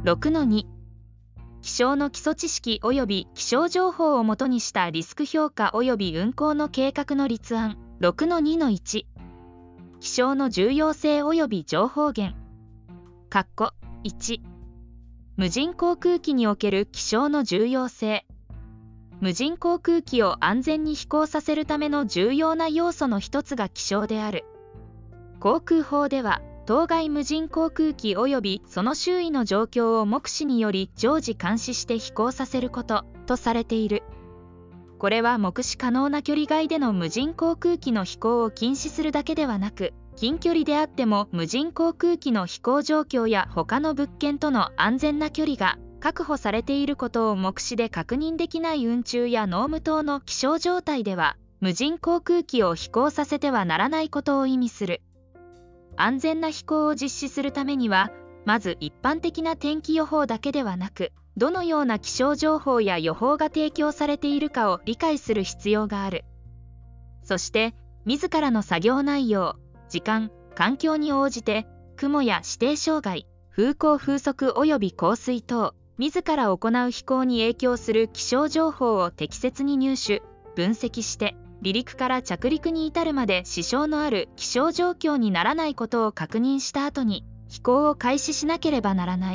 6-2 気象の基礎知識及び気象情報をもとにしたリスク評価及び運行の計画の立案。6-2-1 気象の重要性及び情報源。1無人航空機における気象の重要性。無人航空機を安全に飛行させるための重要な要素の一つが気象である。航空法では、当該無人航空機及びその周囲の状況を目視により常時監視して飛行させることとされている。これは目視可能な距離外での無人航空機の飛行を禁止するだけではなく、近距離であっても無人航空機の飛行状況や他の物件との安全な距離が確保されていることを目視で確認できない運中や濃霧等の気象状態では、無人航空機を飛行させてはならないことを意味する。安全な飛行を実施するためには、まず一般的な天気予報だけではなく、どのような気象情報や予報が提供されているかを理解する必要がある。そして、自らの作業内容、時間、環境に応じて、雲や指定障害、風向風速及び降水等、自ら行う飛行に影響する気象情報を適切に入手、分析して、離陸から着陸に至るまで支障のある気象状況にならないことを確認した後に、飛行を開始しなければならない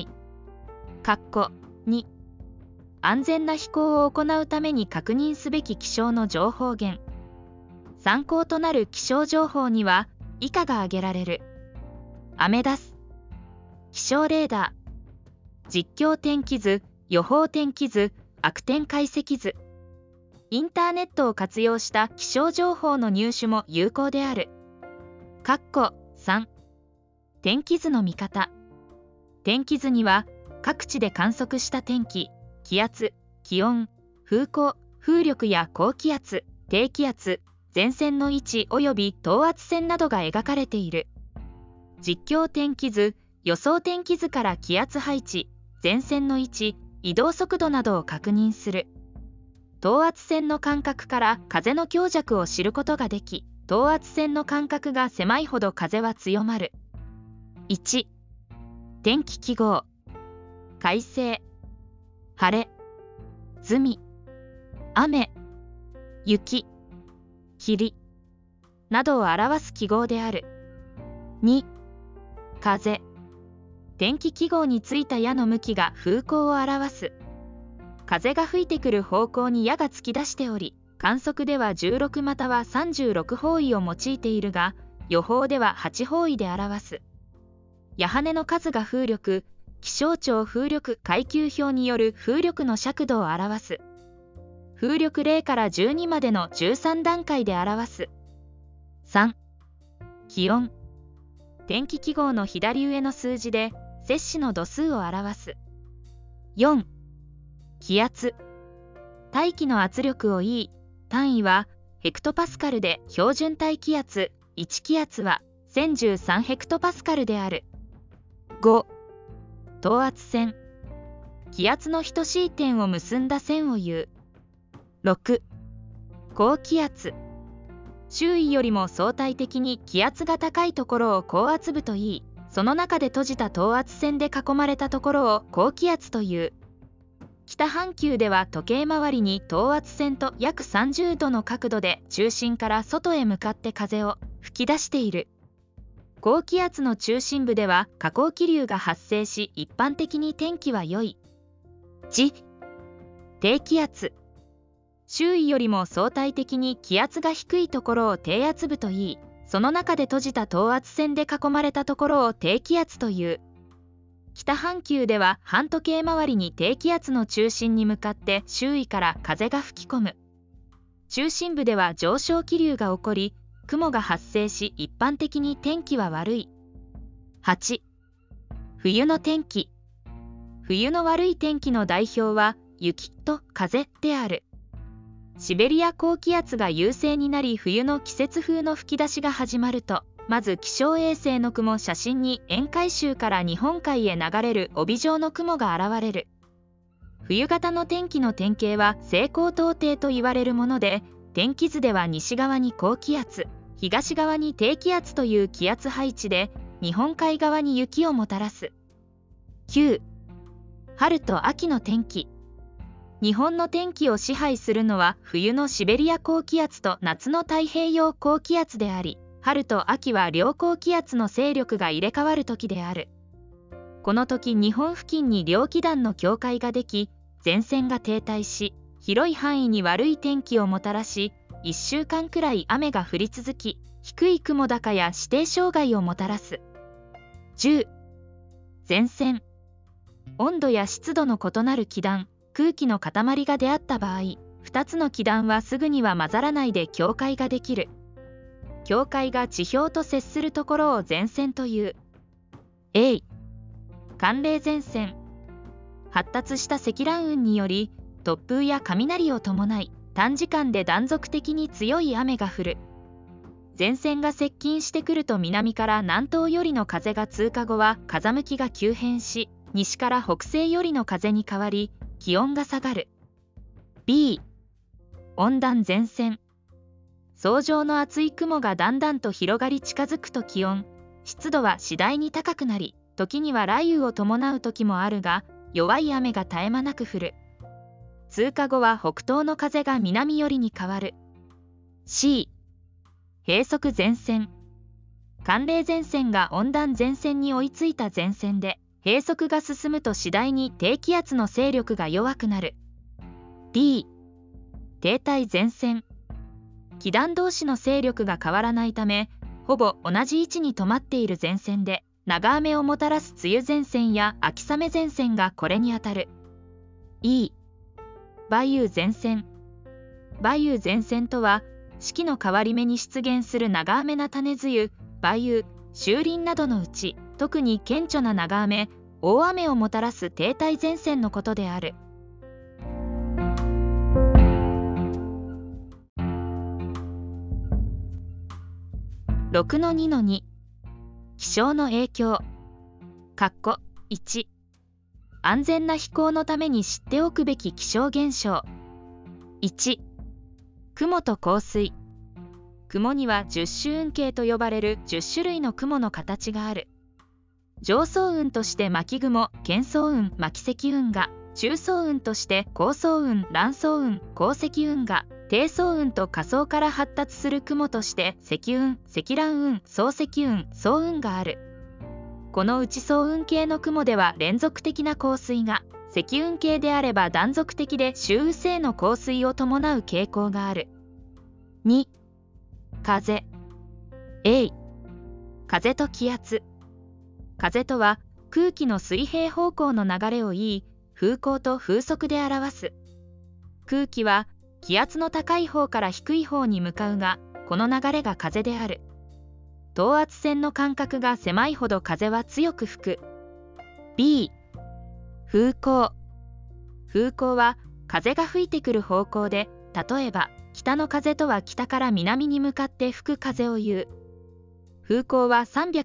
。2安全な飛行を行うために確認すべき気象の情報源。参考となる気象情報には、以下が挙げられる。アメダス、気象レーダー、実況天気図、予報天気図、悪天解析図。インターネットを活用した気象情報の入手も有効である。3天気図の見方。天気図には、各地で観測した天気、気圧、気温、風向、風力や高気圧、低気圧、前線の位置及び等圧線などが描かれている。実況天気図、予想天気図から気圧配置、前線の位置、移動速度などを確認する。等圧線の間隔から風の強弱を知ることができ、等圧線の間隔が狭いほど風は強まる。1、天気記号。快晴、晴れ、済、雨、雪、霧などを表す記号である。2、風。天気記号についた矢の向きが風向を表す。風が吹いてくる方向に矢が突き出しており、観測では16または36方位を用いているが、予報では8方位で表す。矢羽の数が風力、気象庁風力階級表による風力の尺度を表す。風力0から12までの13段階で表す。3、気温。天気記号の左上の数字で、摂氏の度数を表す。4、気圧。大気の圧力をいい、単位はヘクトパスカルで標準大気圧、1気圧は1013ヘクトパスカルである。5、等圧線。気圧の等しい点を結んだ線を言う。6、高気圧。周囲よりも相対的に気圧が高いところを高圧部といい、その中で閉じた等圧線で囲まれたところを高気圧という。北半球では時計回りに等圧線と約30度の角度で中心から外へ向かって風を吹き出している。高気圧の中心部では下降気流が発生し、一般的に天気は良い。低気圧。周囲よりも相対的に気圧が低いところを低圧部といい、その中で閉じた等圧線で囲まれたところを低気圧という。北半球では半時計回りに低気圧の中心に向かって周囲から風が吹き込む。中心部では上昇気流が起こり、雲が発生し一般的に天気は悪い。8、冬の天気。冬の悪い天気の代表は雪と風である。シベリア高気圧が優勢になり冬の季節風の吹き出しが始まると、まず気象衛星の雲写真に沿海州から日本海へ流れる帯状の雲が現れる。冬型の天気の典型は西高東低と言われるもので、天気図では西側に高気圧、東側に低気圧という気圧配置で、日本海側に雪をもたらす。9、 春と秋の天気。日本の天気を支配するのは冬のシベリア高気圧と夏の太平洋高気圧であり、春と秋は両高気圧の勢力が入れ替わる時である。この時日本付近に両気団の境界ができ、前線が停滞し、広い範囲に悪い天気をもたらし、1週間くらい雨が降り続き、低い雲高や視程障害をもたらす。10. 前線。温度や湿度の異なる気団、空気の塊が出会った場合、2つの気団はすぐには混ざらないで境界ができる。境界が地表と接するところを前線という。A. 寒冷前線。発達した積乱雲により、突風や雷を伴い、短時間で断続的に強い雨が降る。前線が接近してくると南から南東よりの風が通過後は風向きが急変し、西から北西よりの風に変わり、気温が下がる。B. 温暖前線。層状の厚い雲がだんだんと広がり近づくと気温、湿度は次第に高くなり、時には雷雨を伴う時もあるが、弱い雨が絶え間なく降る。通過後は北東の風が南寄りに変わる。C. 閉塞前線。寒冷前線が温暖前線に追いついた前線で、閉塞が進むと次第に低気圧の勢力が弱くなる。D. 停滞前線。気団同士の勢力が変わらないため、ほぼ同じ位置に止まっている前線で、長雨をもたらす梅雨前線や秋雨前線がこれにあたる。E. 梅雨前線。梅雨前線とは、四季の変わり目に出現する長雨な種梅雨、梅雨、秋林などのうち、特に顕著な長雨、大雨をもたらす停滞前線のことである。6-2-2 気象の影響。1. 安全な飛行のために知っておくべき気象現象。1. 雲と降水。雲には十種雲形と呼ばれる10種類の雲の形がある。上層雲として巻雲、巻層雲、巻積雲が、中層雲として高層雲、卵層雲、高積雲が、低層雲と下層から発達する雲として積雲、積乱雲、層積雲、層雲がある。この内層雲系の雲では連続的な降水が、積雲系であれば断続的で周雨性の降水を伴う傾向がある。2. 風。A. 風と気圧。風とは空気の水平方向の流れを言い、風向と風速で表す。空気は気圧の高い方から低い方に向かうが、この流れが風である。等圧線の間隔が狭いほど風は強く吹く。B. 風向。風向は風が吹いてくる方向で、例えば北の風とは北から南に向かって吹く風を言う。風向は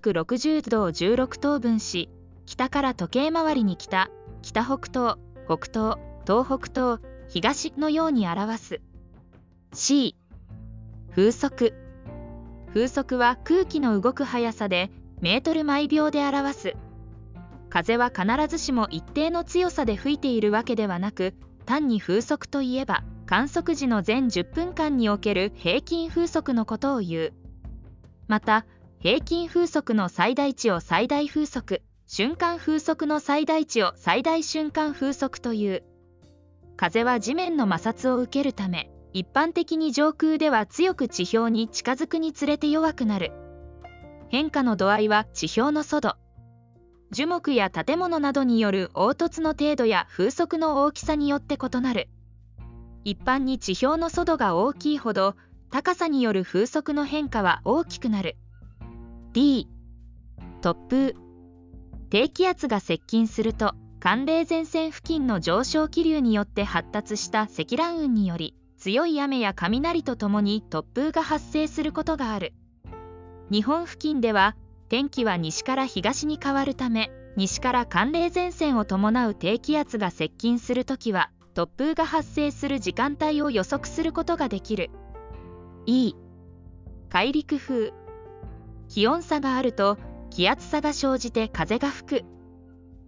360度を16等分し、北から時計回りに北、北北東、北東、東北東、東のように表す。C. 風速。風速は空気の動く速さでメートル毎秒で表す。風は必ずしも一定の強さで吹いているわけではなく、単に風速といえば観測時の全10分間における平均風速のことを言う。また、平均風速の最大値を最大風速、瞬間風速の最大値を最大瞬間風速という。風は地面の摩擦を受けるため、一般的に上空では強く地表に近づくにつれて弱くなる。変化の度合いは地表の速度、樹木や建物などによる凹凸の程度や風速の大きさによって異なる。一般に地表の速度が大きいほど、高さによる風速の変化は大きくなる。D. 突風。低気圧が接近すると、寒冷前線付近の上昇気流によって発達した積乱雲により、強い雨や雷とともに突風が発生することがある。日本付近では、天気は西から東に変わるため、西から寒冷前線を伴う低気圧が接近するときは、突風が発生する時間帯を予測することができる。E. 海陸風。気温差があると気圧差が生じて風が吹く。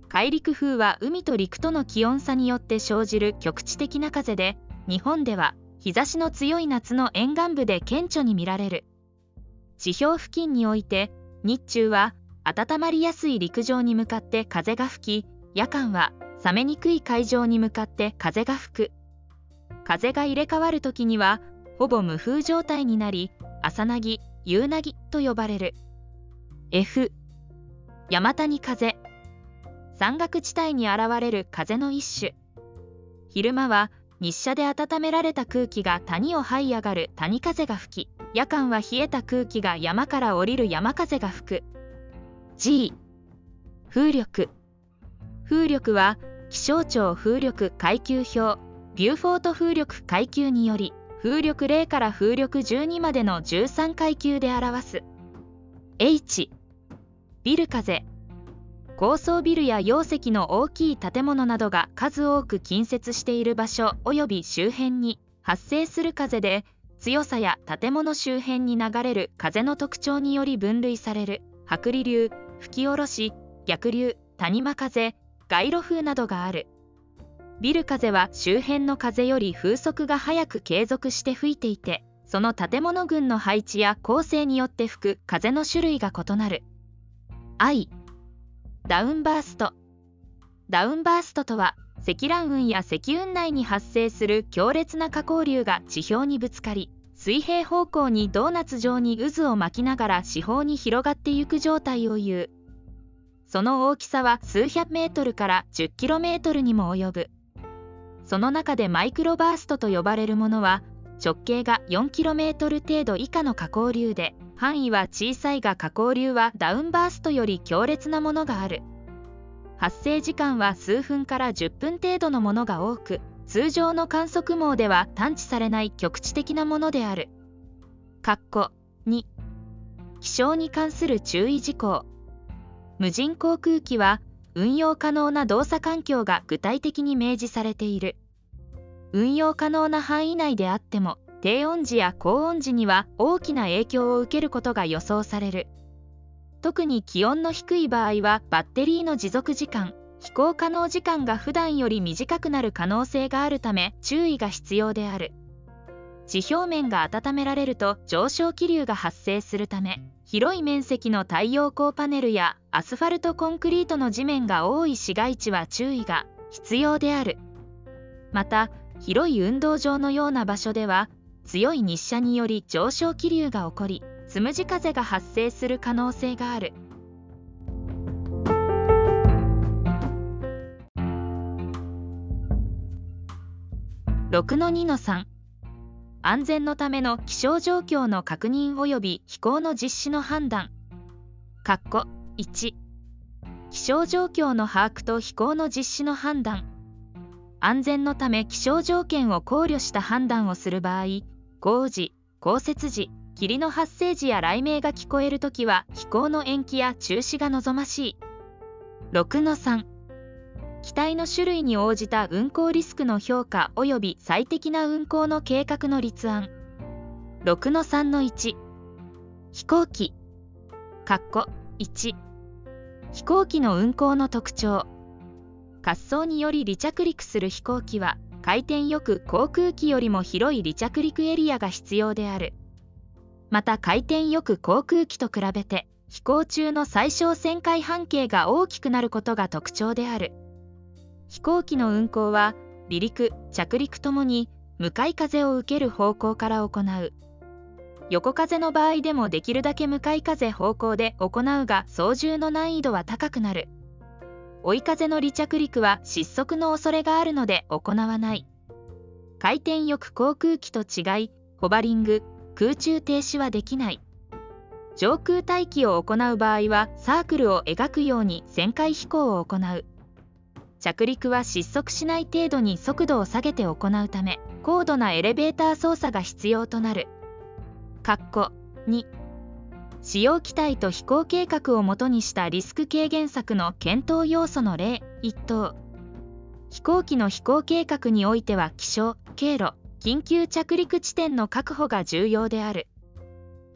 海陸風は海と陸との気温差によって生じる局地的な風で、日本では日差しの強い夏の沿岸部で顕著に見られる。地表付近において、日中は暖まりやすい陸上に向かって風が吹き、夜間は冷めにくい海上に向かって風が吹く。風が入れ替わるときには、ほぼ無風状態になり、朝凪、夕凪と呼ばれる。F、山谷風。山岳地帯に現れる風の一種。昼間は日射で温められた空気が谷を這い上がる谷風が吹き、夜間は冷えた空気が山から降りる山風が吹く。G、風力。風力は気象庁風力階級表ビューフォート風力階級により、風力0から風力12までの13階級で表す。H、ビル風。高層ビルや容積の大きい建物などが数多く近接している場所及び周辺に発生する風で、強さや建物周辺に流れる風の特徴により分類される。剥離流、吹き下ろし、逆流、谷間風、街路風などがある。ビル風は周辺の風より風速が速く継続して吹いていて、その建物群の配置や構成によって吹く風の種類が異なる。I、ダウンバースト。ダウンバーストとは、積乱雲や積雲内に発生する強烈な下降流が地表にぶつかり、水平方向にドーナツ状に渦を巻きながら四方に広がっていく状態を言う。その大きさは数百メートルから10キロメートルにも及ぶ。その中でマイクロバーストと呼ばれるものは、直径が4キロメートル程度以下の下降流で、範囲は小さいが下降流はダウンバーストより強烈なものがある。発生時間は数分から10分程度のものが多く、通常の観測網では探知されない局地的なものである。2、気象に関する注意事項。無人航空機は運用可能な動作環境が具体的に明示されている。運用可能な範囲内であっても、低温時や高温時には大きな影響を受けることが予想される。特に気温の低い場合はバッテリーの持続時間、飛行可能時間が普段より短くなる可能性があるため注意が必要である。地表面が温められると上昇気流が発生するため、広い面積の太陽光パネルやアスファルトコンクリートの地面が多い市街地は注意が必要である。また、広い運動場のような場所では、強い日射により上昇気流が起こり、つむじ風が発生する可能性がある。6-2-3 安全のための気象状況の確認及び飛行の実施の判断。1、気象状況の把握と飛行の実施の判断。安全のため気象条件を考慮した判断をする場合、豪雨時、降雪時、霧の発生時や雷鳴が聞こえるときは飛行の延期や中止が望ましい。6-3機体の種類に応じた運航リスクの評価及び最適な運航の計画の立案。6-3-1 飛行機1飛行機の運航の特徴。滑走により離着陸する飛行機は回転よく航空機よりも広い離着陸エリアが必要である。また回転よく航空機と比べて飛行中の最小旋回半径が大きくなることが特徴である。飛行機の運航は離陸・着陸ともに向かい風を受ける方向から行う。横風の場合でもできるだけ向かい風方向で行うが操縦の難易度は高くなる。追い風の離着陸は失速の恐れがあるので行わない。回転よく航空機と違い、ホバリング、空中停止はできない。上空待機を行う場合はサークルを描くように旋回飛行を行う。着陸は失速しない程度に速度を下げて行うため、高度なエレベーター操作が必要となる。2使用機体と飛行計画をもとにしたリスク軽減策の検討要素の例1等。飛行機の飛行計画においては気象、経路、緊急着陸地点の確保が重要である。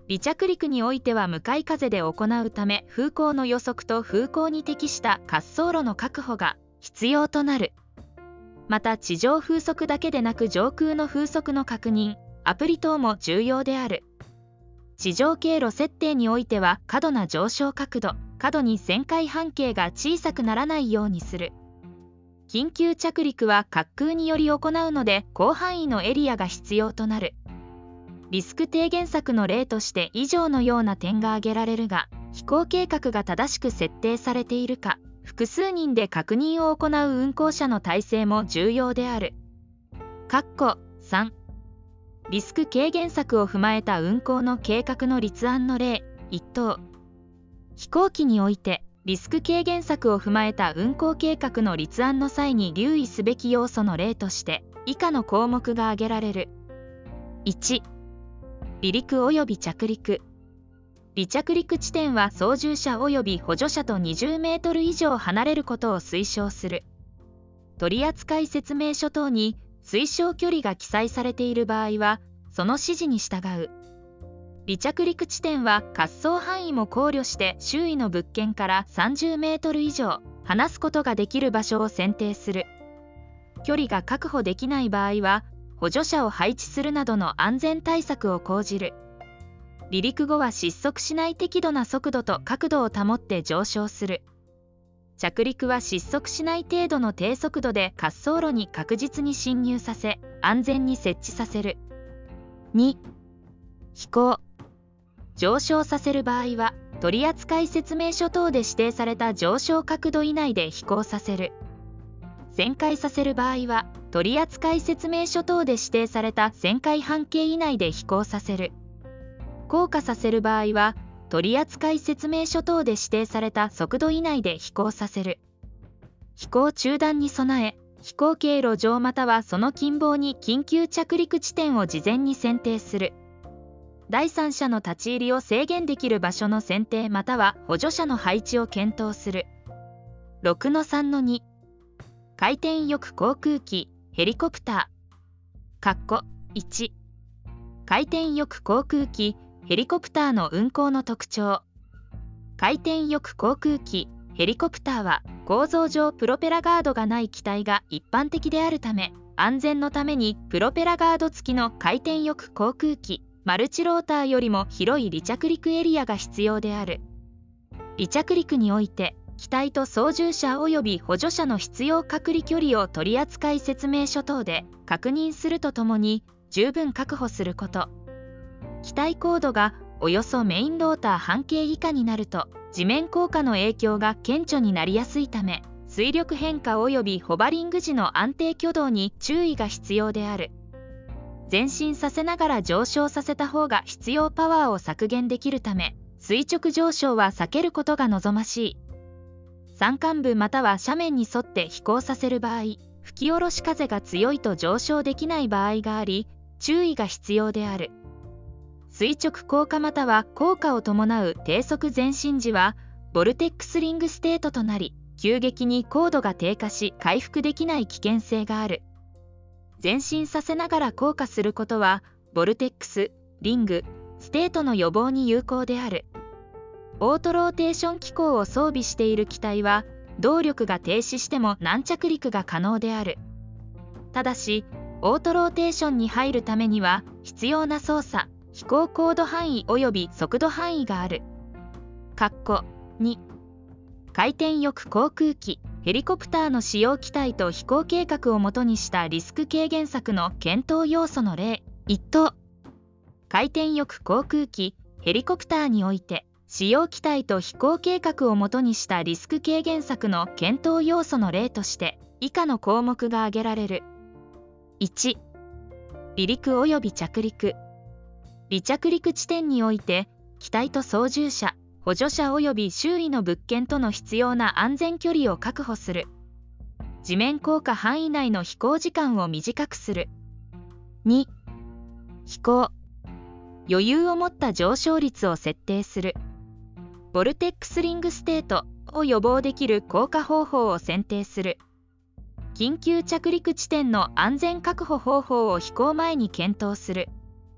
離着陸においては向かい風で行うため、風向の予測と風向に適した滑走路の確保が必要となる。また地上風速だけでなく上空の風速の確認、アプリ等も重要である。地上経路設定においては過度な上昇角度、過度に旋回半径が小さくならないようにする。緊急着陸は滑空により行うので広範囲のエリアが必要となる。リスク低減策の例として以上のような点が挙げられるが、飛行計画が正しく設定されているか、複数人で確認を行う運航者の体制も重要である。3、リスク軽減策を踏まえた運航の計画の立案の例、1等。飛行機において、リスク軽減策を踏まえた運航計画の立案の際に留意すべき要素の例として、以下の項目が挙げられる。1、離陸及び着陸。離着陸地点は操縦者及び補助者と20メートル以上離れることを推奨する。取扱説明書等に推奨距離が記載されている場合は、その指示に従う。離着陸地点は滑走範囲も考慮して周囲の物件から30メートル以上離すことができる場所を選定する。距離が確保できない場合は、補助者を配置するなどの安全対策を講じる。離陸後は失速しない適度な速度と角度を保って上昇する。着陸は失速しない程度の低速度で滑走路に確実に進入させ、安全に設置させる。2、飛行。上昇させる場合は、取扱説明書等で指定された上昇角度以内で飛行させる。旋回させる場合は、取扱説明書等で指定された旋回半径以内で飛行させる。降下させる場合は、取扱説明書等で指定された速度以内で飛行させる。飛行中断に備え、飛行経路上またはその近傍に緊急着陸地点を事前に選定する。第三者の立ち入りを制限できる場所の選定または補助者の配置を検討する。6-3-2、回転翼航空機、ヘリコプター。1、回転翼航空機、ヘリコプターの運航の特徴。回転翼航空機、ヘリコプターは構造上プロペラガードがない機体が一般的であるため、安全のためにプロペラガード付きの回転翼航空機、マルチローターよりも広い離着陸エリアが必要である。離着陸において、機体と操縦者及び補助者の必要隔離距離を取扱説明書等で確認するとともに、十分確保すること。機体高度がおよそメインローター半径以下になると、地面降下の影響が顕著になりやすいため、水力変化及びホバリング時の安定挙動に注意が必要である。前進させながら上昇させた方が必要パワーを削減できるため、垂直上昇は避けることが望ましい。山間部または斜面に沿って飛行させる場合、吹き下ろし風が強いと上昇できない場合があり、注意が必要である。垂直降下または降下を伴う低速前進時は、ボルテックスリングステートとなり、急激に高度が低下し回復できない危険性がある。前進させながら降下することは、ボルテックス、リング、ステートの予防に有効である。オートローテーション機構を装備している機体は、動力が停止しても軟着陸が可能である。ただし、オートローテーションに入るためには、必要な操作、飛行高度範囲及び速度範囲がある。2、回転翼航空機、ヘリコプターの使用機体と飛行計画をもとにしたリスク軽減策の検討要素の例。1等、回転翼航空機、ヘリコプターにおいて、使用機体と飛行計画をもとにしたリスク軽減策の検討要素の例として、以下の項目が挙げられる。1、離陸及び着陸。離着陸地点において、機体と操縦者、補助者及び周囲の物件との必要な安全距離を確保する。地面降下範囲内の飛行時間を短くする。2、飛行。余裕を持った上昇率を設定する。ボルテックスリングステートを予防できる降下方法を選定する。緊急着陸地点の安全確保方法を飛行前に検討する。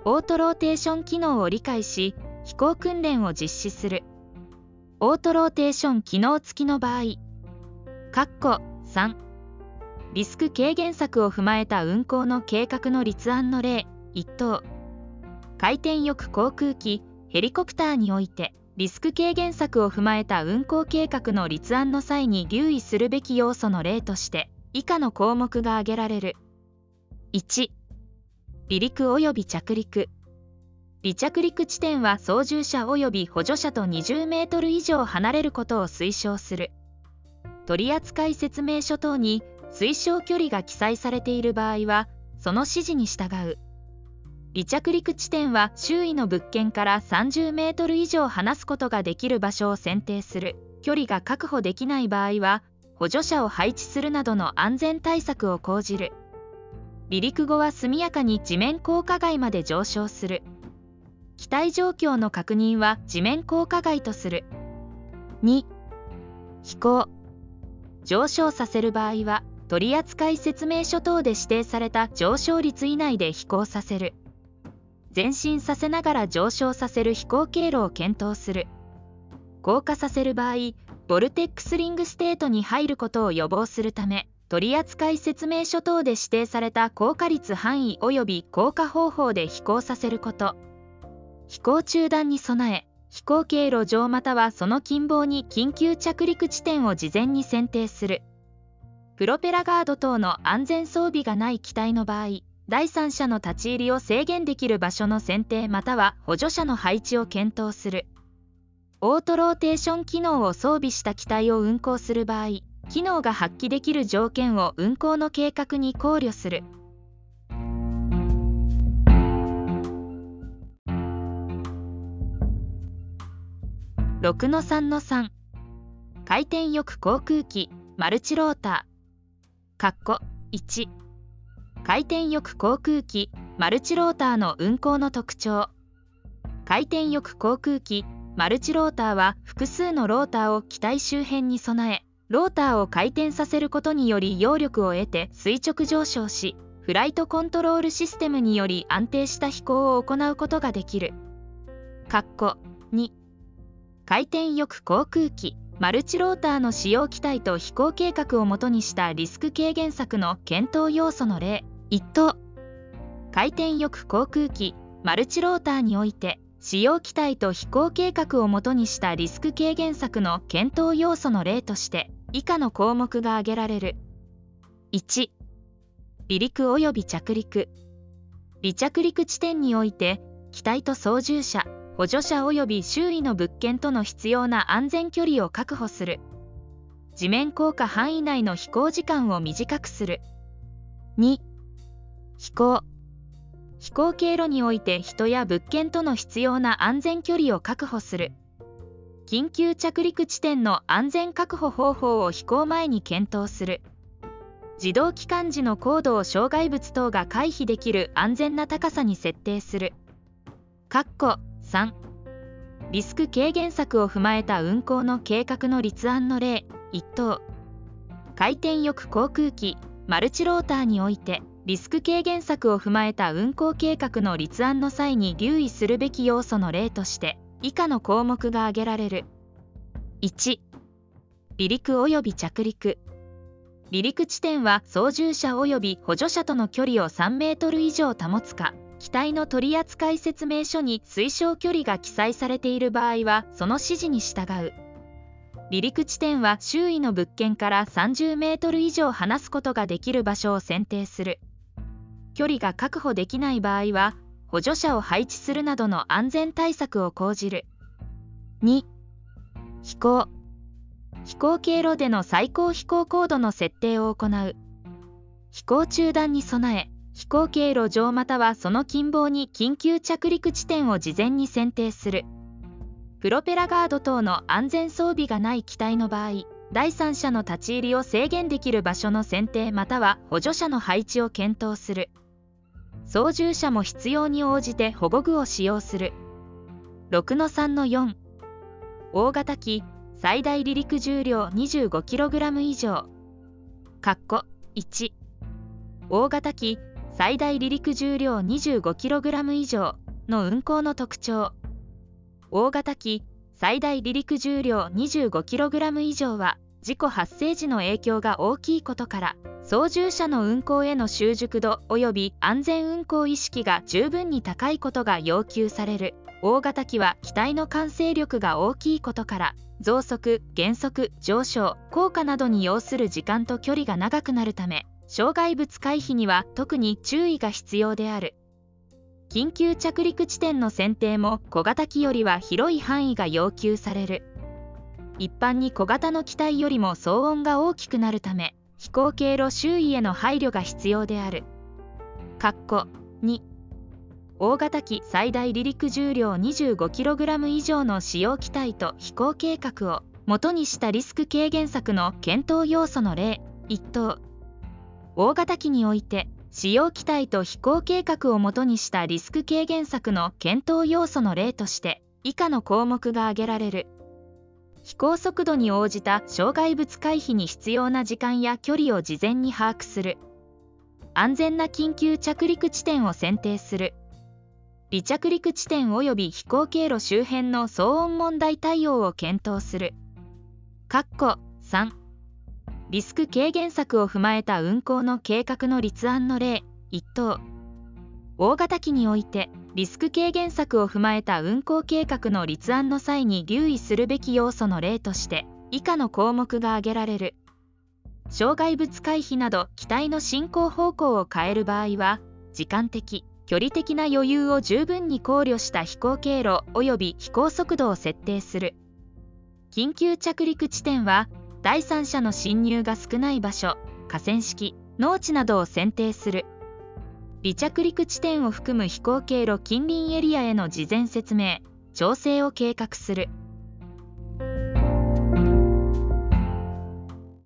オートローテーション機能を理解し、飛行訓練を実施する。オートローテーション機能付きの場合、3、リスク軽減策を踏まえた運航の計画の立案の例、1等。回転翼航空機、ヘリコプターにおいて、リスク軽減策を踏まえた運航計画の立案の際に留意するべき要素の例として、以下の項目が挙げられる。1、離陸及び着陸。離着陸地点は操縦者及び補助者と20メートル以上離れることを推奨する。取扱説明書等に推奨距離が記載されている場合は、その指示に従う。離着陸地点は周囲の物件から30メートル以上離すことができる場所を選定する。距離が確保できない場合は、補助者を配置するなどの安全対策を講じる。離陸後は速やかに地面降下外まで上昇する。機体状況の確認は地面降下外とする。2、飛行。上昇させる場合は、取扱説明書等で指定された上昇率以内で飛行させる。前進させながら上昇させる飛行経路を検討する。降下させる場合、ボルテックスリングステートに入ることを予防するため、取扱説明書等で指定された降下率範囲及び降下方法で飛行させること。飛行中断に備え、飛行経路上またはその近傍に緊急着陸地点を事前に選定する。プロペラガード等の安全装備がない機体の場合、第三者の立ち入りを制限できる場所の選定または補助者の配置を検討する。オートローテーション機能を装備した機体を運航する場合、機能が発揮できる条件を運航の計画に考慮する。6-3-3 回転翼航空機マルチローター1回転翼航空機マルチローターの運航の特徴。回転翼航空機マルチローターは複数のローターを機体周辺に備え、ローターを回転させることにより揚力を得て垂直上昇し、フライトコントロールシステムにより安定した飛行を行うことができる。2回転翼航空機マルチローターの使用機体と飛行計画をもとにしたリスク軽減策の検討要素の例。1等回転翼航空機マルチローターにおいて使用機体と飛行計画をもとにしたリスク軽減策の検討要素の例として以下の項目が挙げられる。1、離陸及び着陸。離着陸地点において機体と操縦者、補助者及び周囲の物件との必要な安全距離を確保する。地面降下範囲内の飛行時間を短くする。2、飛行。飛行経路において人や物件との必要な安全距離を確保する。緊急着陸地点の安全確保方法を飛行前に検討する。自動帰還時の高度を障害物等が回避できる安全な高さに設定する。3、リスク軽減策を踏まえた運航の計画の立案の例。1等回転翼航空機マルチローターにおいてリスク軽減策を踏まえた運航計画の立案の際に留意するべき要素の例として以下の項目が挙げられる。1、離陸及び着陸。離陸地点は操縦者及び補助者との距離を3メートル以上保つか、機体の取扱説明書に推奨距離が記載されている場合はその指示に従う。離陸地点は周囲の物件から30メートル以上離すことができる場所を選定する。距離が確保できない場合は補助者を配置するなどの安全対策を講じる。2、飛行。飛行経路での最高飛行高度の設定を行う。飛行中断に備え、飛行経路上またはその近傍に緊急着陸地点を事前に選定する。プロペラガード等の安全装備がない機体の場合、第三者の立ち入りを制限できる場所の選定または補助者の配置を検討する。操縦者も必要に応じて保護具を使用する。6-3-4 大型機最大離陸重量 25kg 以上。1、大型機最大離陸重量 25kg 以上の運航の特徴。大型機、最大離陸重量 25kg 以上は、事故発生時の影響が大きいことから、操縦者の運航への習熟度及び安全運航意識が十分に高いことが要求される。大型機は機体の完成力が大きいことから、増速、減速、上昇、降下などに要する時間と距離が長くなるため、障害物回避には特に注意が必要である。緊急着陸地点の選定も小型機よりは広い範囲が要求される。一般に小型の機体よりも騒音が大きくなるため、飛行経路周囲への配慮が必要である。2、大型機最大離陸重量 25kg 以上の使用機体と飛行計画を元にしたリスク軽減策の検討要素の例。1等、大型機において使用機体と飛行計画を元にしたリスク軽減策の検討要素の例として以下の項目が挙げられる。飛行速度に応じた障害物回避に必要な時間や距離を事前に把握する。安全な緊急着陸地点を選定する。離着陸地点及び飛行経路周辺の騒音問題対応を検討する。3、リスク軽減策を踏まえた運航の計画の立案の例。1等、大型機においてリスク軽減策を踏まえた運航計画の立案の際に留意するべき要素の例として以下の項目が挙げられる。障害物回避など機体の進行方向を変える場合は、時間的、距離的な余裕を十分に考慮した飛行経路及び飛行速度を設定する。緊急着陸地点は、第三者の侵入が少ない場所、河川敷、農地などを選定する。離着陸地点を含む飛行経路近隣エリアへの事前説明、調整を計画する。